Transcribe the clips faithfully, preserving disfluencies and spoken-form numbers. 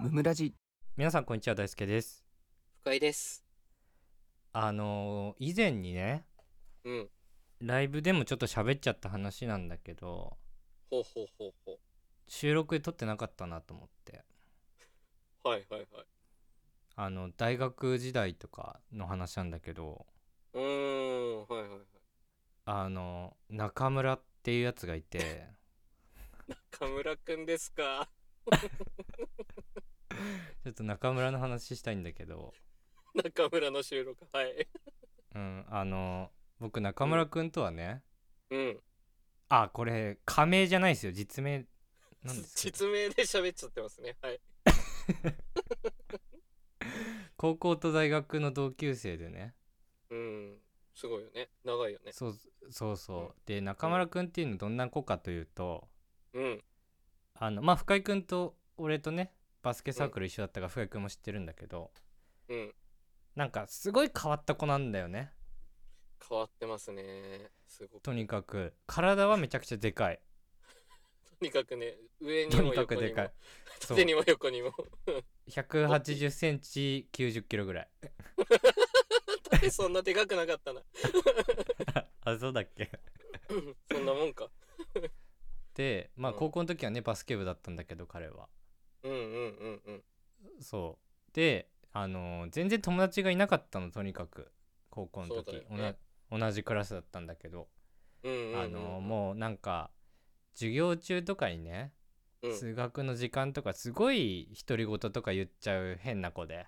ムムラジ。 皆さんこんにちは、大輔です。 深井です。 あのー以前にね、 うん。 ライブでもちょっと喋っちゃった話なんだけど、 ほうほうほうほ収録で撮ってなかったなと思って、 う。はいはいはい。 あの大学時代とかの話なんだけど、 うーん。はいはいはい。 あの中村っていうやつがいて、 中村くんですか。 ちょっと中村の話したいんだけど、 中村の収録。はい。 うん、あの僕中村くんとはね、 うん。 あ、これ仮名じゃないですよ、実名なんですけど、 実名で喋っちゃってますね。はい。 高校と大学の同級生でね。 うん。すごいよね。長いよね。 そうそうそう、 うんで中村くんっていうのはどんな子かというと、 うん。 あのまあ深井くんと俺とねバスケサークル一緒だったから深井くんも知ってるんだけど、 うん。 なんかすごい変わった子なんだよね。 変わってますね。すごく。 とにかく体はめちゃくちゃでかい。 とにかくね、上にとにも横にもかくでかい。そう縦にも横にも。 ひゃくはちじゅっセンチきゅうじゅっキロぐらい。 そんなでかくなかったな。 あ、そうだっけ。 そんなもんか。 でまあうん高校の時はねバスケ部だったんだけど彼は。 うんうんうんうん。 そうで、あのー全然友達がいなかったの。とにかく高校のそうだ時、 よね。 おな同じクラスだったんだけど、 うんうんうんうん。 あのーもうなんか授業中とかにね、 うん。 数学の時間とかすごい独り言とか言っちゃう変な子で、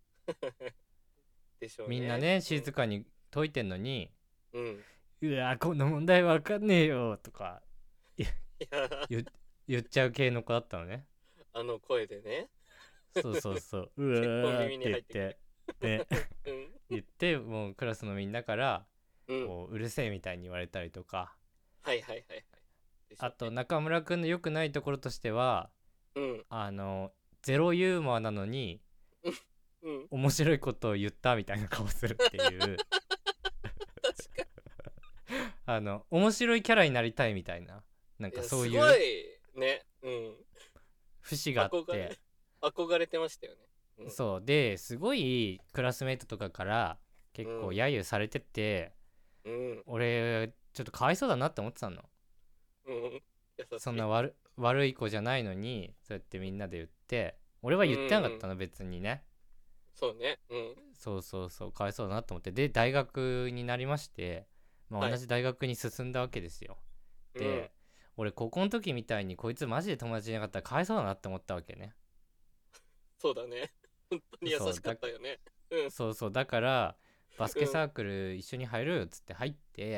でしょうね。 みんなね静かに解いてんのに、 うん。うん。 うわこの問題わかんねえよとかいや言言っちゃう系の子だったのね。 あの声でね。 そうそうそううわ結構ーっ耳にて言っ入ってくる。 てでうん言ってもうクラスのみんなからうん。 こううるせえみたいに言われたりとか、 はいはいはいはい。でしょうねあと中村くんの良くないところとしては、 うんあのゼロユーモアなのにうん面白いことを言ったみたいな顔するっていう確かあの面白いキャラになりたいみたいな、なんに。いやかそういすごういね。うん。 節があっ憧れて、 憧れてましたよね。うんそうですごいクラスメイトとかから結構揶揄されてて、 うん俺ちょっとかわいそうだなって思ってたの。 うん優しい。 そんな悪悪い子じゃないのにそうやってみんなで言って、俺は言ってなかったの別にね。 そうね。うんそうそうそう、かわいそうだなと思って、で大学になりまして、まあ、 はい同じ大学に進んだわけですよ。で、俺高校の時みたいにこいつマジで友達いなかったらかわいそうだなって思ったわけね。 そうだね。本当に優しかったよね。うんそうそう、だからバスケサークル一緒に入るっつって入って、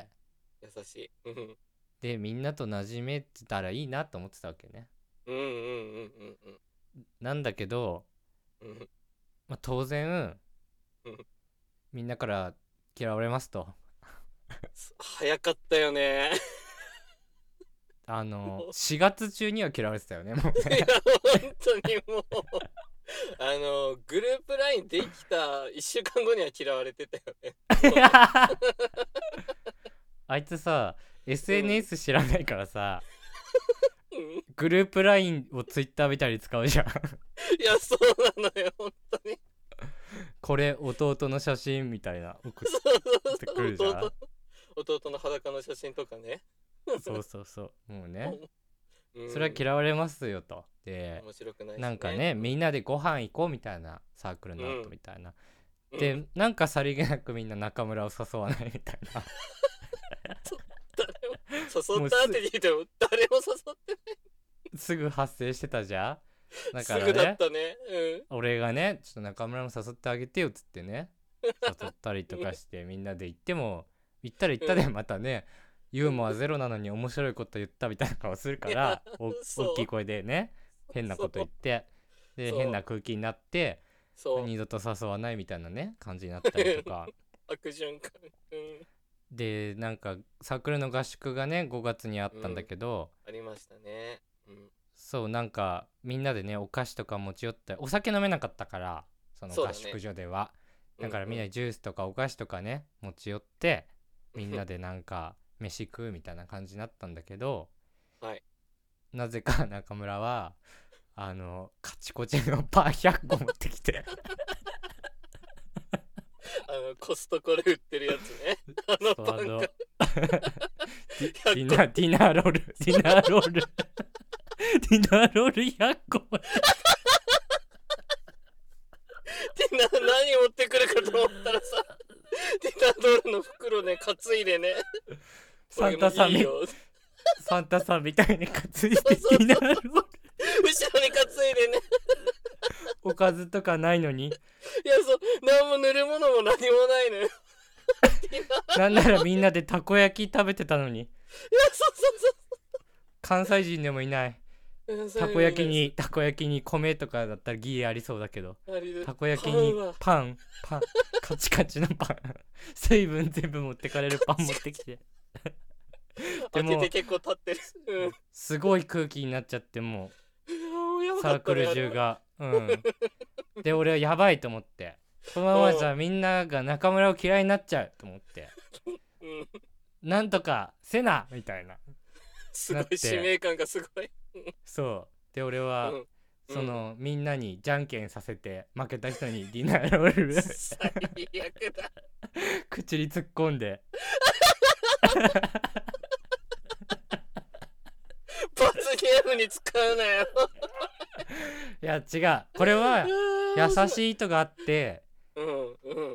優しい。うんでみんなと馴染めてたらいいなと思ってたわけね。 うんうんうんうんなんだけど、 うんうんまあ、当然うんみんなから嫌われますと。 早かったよね。 あのもうしがつ中には嫌われてたよねもうね。 いや本当にもうあのグループラインできたいっしゅうかんごには嫌われてたよね。 あいつさ エスエヌエス 知らないからさ、 うんグループ ライン をツイッターみたいに使うじゃん。 いやそうなのよ本当に。 これ弟の写真みたいな送ってくるじゃん。 弟弟の裸の写真とかね。 そうそうそう、もうね、 うんそれは嫌われますよと。で面白くないし、ね、 なんかねみんなでご飯行こうみたいな、サークルの後うんみたいな、 うんでなんかさりげなくみんな中村を誘わないみたいな。 誰も誘ったって聞いても誰も誘ってすぐ発生してたじゃん。だからすぐだっねたね。 俺がねちょっと中村も誘ってあげてよっつってね誘ったりとかしてみんなで行っても、行ったら行ったでまたね、ユーモアゼロなのに面白いこと言ったみたいな顔するからおそう大きい声でね変なこと言ってでそう変な空気になって、 そう二度と誘わないみたいなね感じになったりとか悪循環。うんでなんかサークルの合宿がねごがつにあったんだけど、 ありましたね。うんそうなんかみんなでねお菓子とか持ち寄って、お酒飲めなかったからそのそうだね合宿所ではだ,、からみんなうでジュースとかお菓子とかね持ち寄ってみんなでなんか飯食うみたいな感じになったんだけど、 はいなぜか中村はあのカチコチのパンひゃっこ持ってきてあのコストコで売ってるやつね。あのパンがディナディナーロールディナーロールディナーロールひゃっこ持ってディナー何持ってくるかと思ったらさ、ディナーロールの袋ね担いでね、 サンタさんみサンタさんみたいに担いでディナーロール後ろに担いでねおかずとかないのに、 いやそう何も塗るものも何もないのよなんならみんなでたこ焼き食べてたのに、いやそうそう関西人でもいないそうたこ焼きにたこ焼きに米とかだったらギリありそうだけど、たこ焼きにパンパンカチカチのパン水分全部持ってかれるパン持ってきてでも開けて結構立ってる、うん、 すごい空気になっちゃって、もうサークル中が、うん、で俺はやばいと思って、このままじゃみんなが中村を嫌いになっちゃうと思って、うん、なんとかせなみたいな、 すごい使命感がすごいそうで俺は、 うんその、うん、みんなにじゃんけんさせて負けた人にディナーロール最悪だ口に突っ込んで罰ゲームに使うなよいや違う、これは優しい意図があって、 うんうん、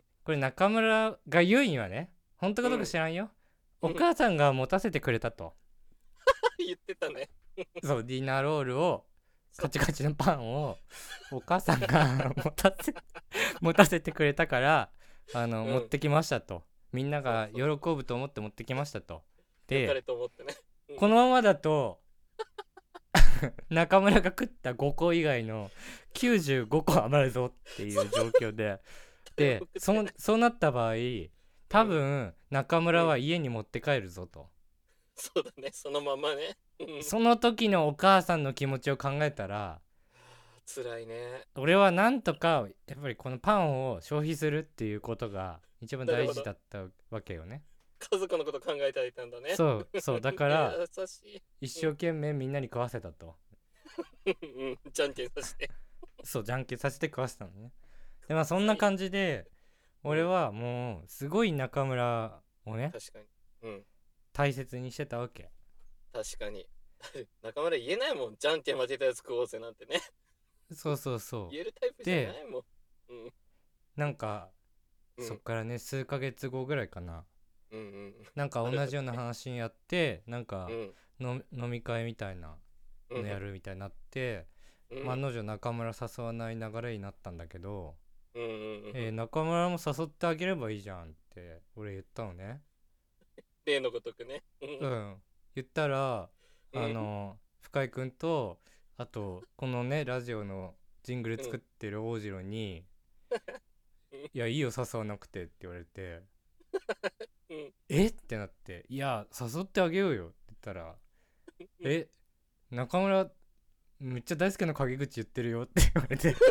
これ中村が言うんはね、本当かどうか知らんよ、うん、お母さんが持たせてくれたと言ってたねそうディナーロールをカチカチのパンをお母さんが持たせ持たせてくれたからあの、うん、持ってきましたと、みんなが喜ぶと思って持ってきましたと。でと思って、ねうん、 このままだと中村が食ったごこ以外のきゅうじゅうごこ余るぞっていう状況でで そ, そうなった場合多分中村は家に持って帰るぞと、うん、 そうだね、そのままねその時のお母さんの気持ちを考えたら辛いね。 俺はなんとかやっぱりこのパンを消費するっていうことが一番大事だったわけよね。 家族のこと考えていたんだね。 そうそうだから優しい、 一生懸命みんなに食わせたとうん、じゃんけんさせてそうじゃんけんさせて食わせたのね。でまあそんな感じで俺はもうすごい中村をね確かに、うん、 大切にしてたわけ。 確かに中村言えないもん、じゃんけん負けたやつ食おうぜなんてね。 そうそうそう言えるタイプじゃないもん、うん、 なんか、うん、そっからね数ヶ月後ぐらいかな、うんうん、なんか同じような話にやってなんか、うん、飲み会みたいなのやるみたいになって、うん、案の定中村誘わない流れになったんだけど、うんうんうん、えー、中村も誘ってあげればいいじゃんって俺言ったのね例のごとくねうん言ったらあの、うん、深井くんとあとこのねラジオのジングル作ってる大次郎に、うん、いやいいよ誘わなくてって言われて、うん、えってなって、いや誘ってあげようよって言ったらえ中村めっちゃ大好きな陰口言ってるよって言われて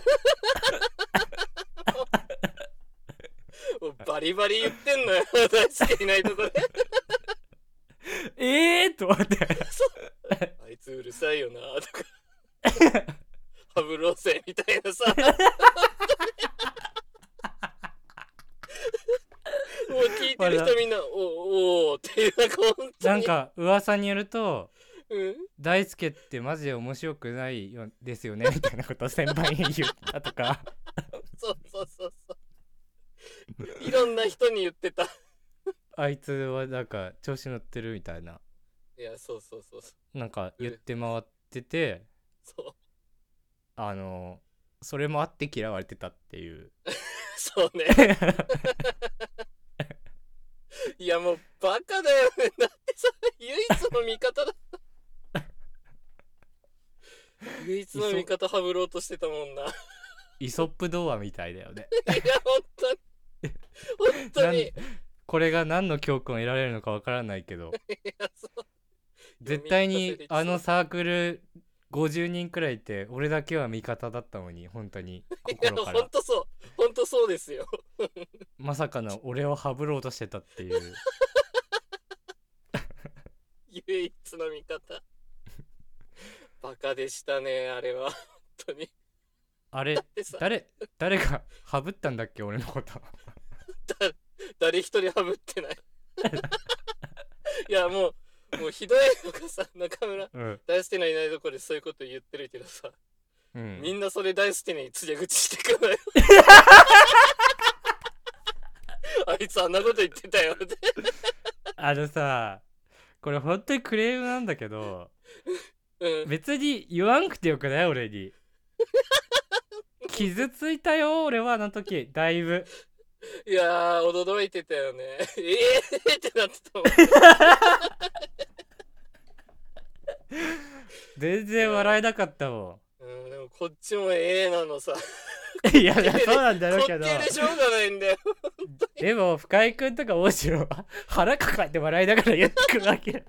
バリバリ言ってんのよ大好きいないとこでえーと思ってあいつうるさいよなとかハブローセみたいなさもう聞いてる人みんなおおっていうなんか本当になんか噂によると、 うん、 大輔ってマジで面白くないよですよねみたいなことを先輩に言ったとかそうそうそうそういろんな人に言ってたあいつはなんか調子乗ってるみたいな、 いやそうそうそうそうなんか言って回ってて、 そうあのそれもあって嫌われてたっていうそうねいやもうバカだよね、だってさ唯一の味方だった唯一の味方はぶろうとしてたもんなイソップ童話みたいだよねいや本当に本当にこれが何の教訓を得られるのかわからないけどいやそう絶対にあのサークルごじゅうにんくらいいて俺だけは味方だったのに本当に心からいや本当そう本当そうですよまさかの俺をはぶろうとしてたっていう唯一の味方バカでしたねあれは当に。 あれでさ、 誰誰がハブったんだっけ俺のことだ誰一人ハブってない。いやもうもうひどいのがさ、中村うん大好きないないところでそういうこと言ってるけどさ、 うんみんなそれ大好きに告げ口してくのよ。あいつあんなこと言ってたよって。 あのさこれ本当にクレームなんだけどうん、 別に言わんくてよくない俺に。傷ついたよ俺はあの時だいぶ。 いやー驚いてたよね。えーってなってたもん。 全然笑えなかったもうん、でもこっちもええなのさ。 ん。いやいやそうなんだろうけど滑稽でしょうがないんだよ。 でも深井君とか大城は腹抱えて笑いながら言ってくるわけ。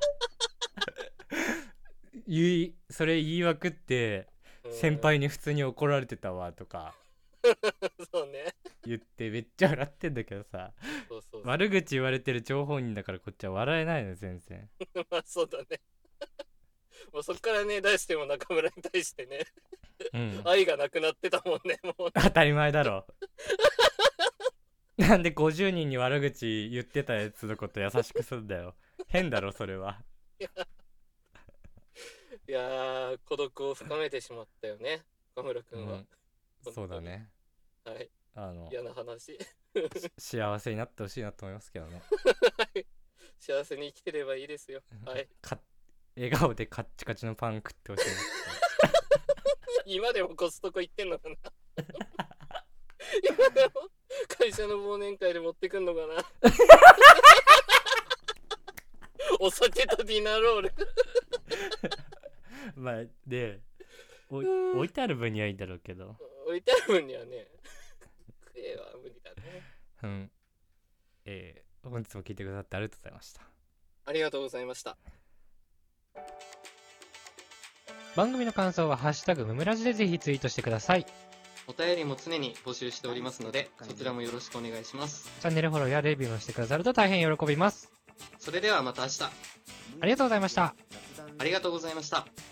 言いそれ言いまくって先輩に普通に怒られてたわとかそうね。 言ってめっちゃ笑ってんだけどさ、 そうそうそう。 悪口言われてる張本人だからこっちは笑えないの全然。 まあそうだね。もうそっからね、大しても中村に対してね、 うん愛がなくなってたもんね、もう。 当たり前だろ。なんでごじゅうにんに悪口言ってたやつのこと優しくすんだよ。変だろそれは。 いやー、孤独を深めてしまったよね、岡村くんは。 うん、そうだね。 はい、 あの嫌な話。 幸せになってほしいなと思いますけどね。 幸せに生きてればいいですよ。はい。 か笑顔でカッチカチのパン食ってほしいな。 今でもコストコ行ってんのかな。今でも会社の忘年会で持ってくんのかな。お酒とディナーロール。 まあでお置いてある分にはいいんだろうけど、 置いてある分にはね、食えは無理だね。 うん、えー、本日も聞いてくださってありがとうございました。 ありがとうございました。 番組の感想はハッシュタグムムラジでぜひツイートしてください。 お便りも常に募集しておりますので、そちらもよろしくお願いします。 チャンネルフォローやレビューもしてくださると大変喜びます。 それではまた明日。 ありがとうございました。 ありがとうございました。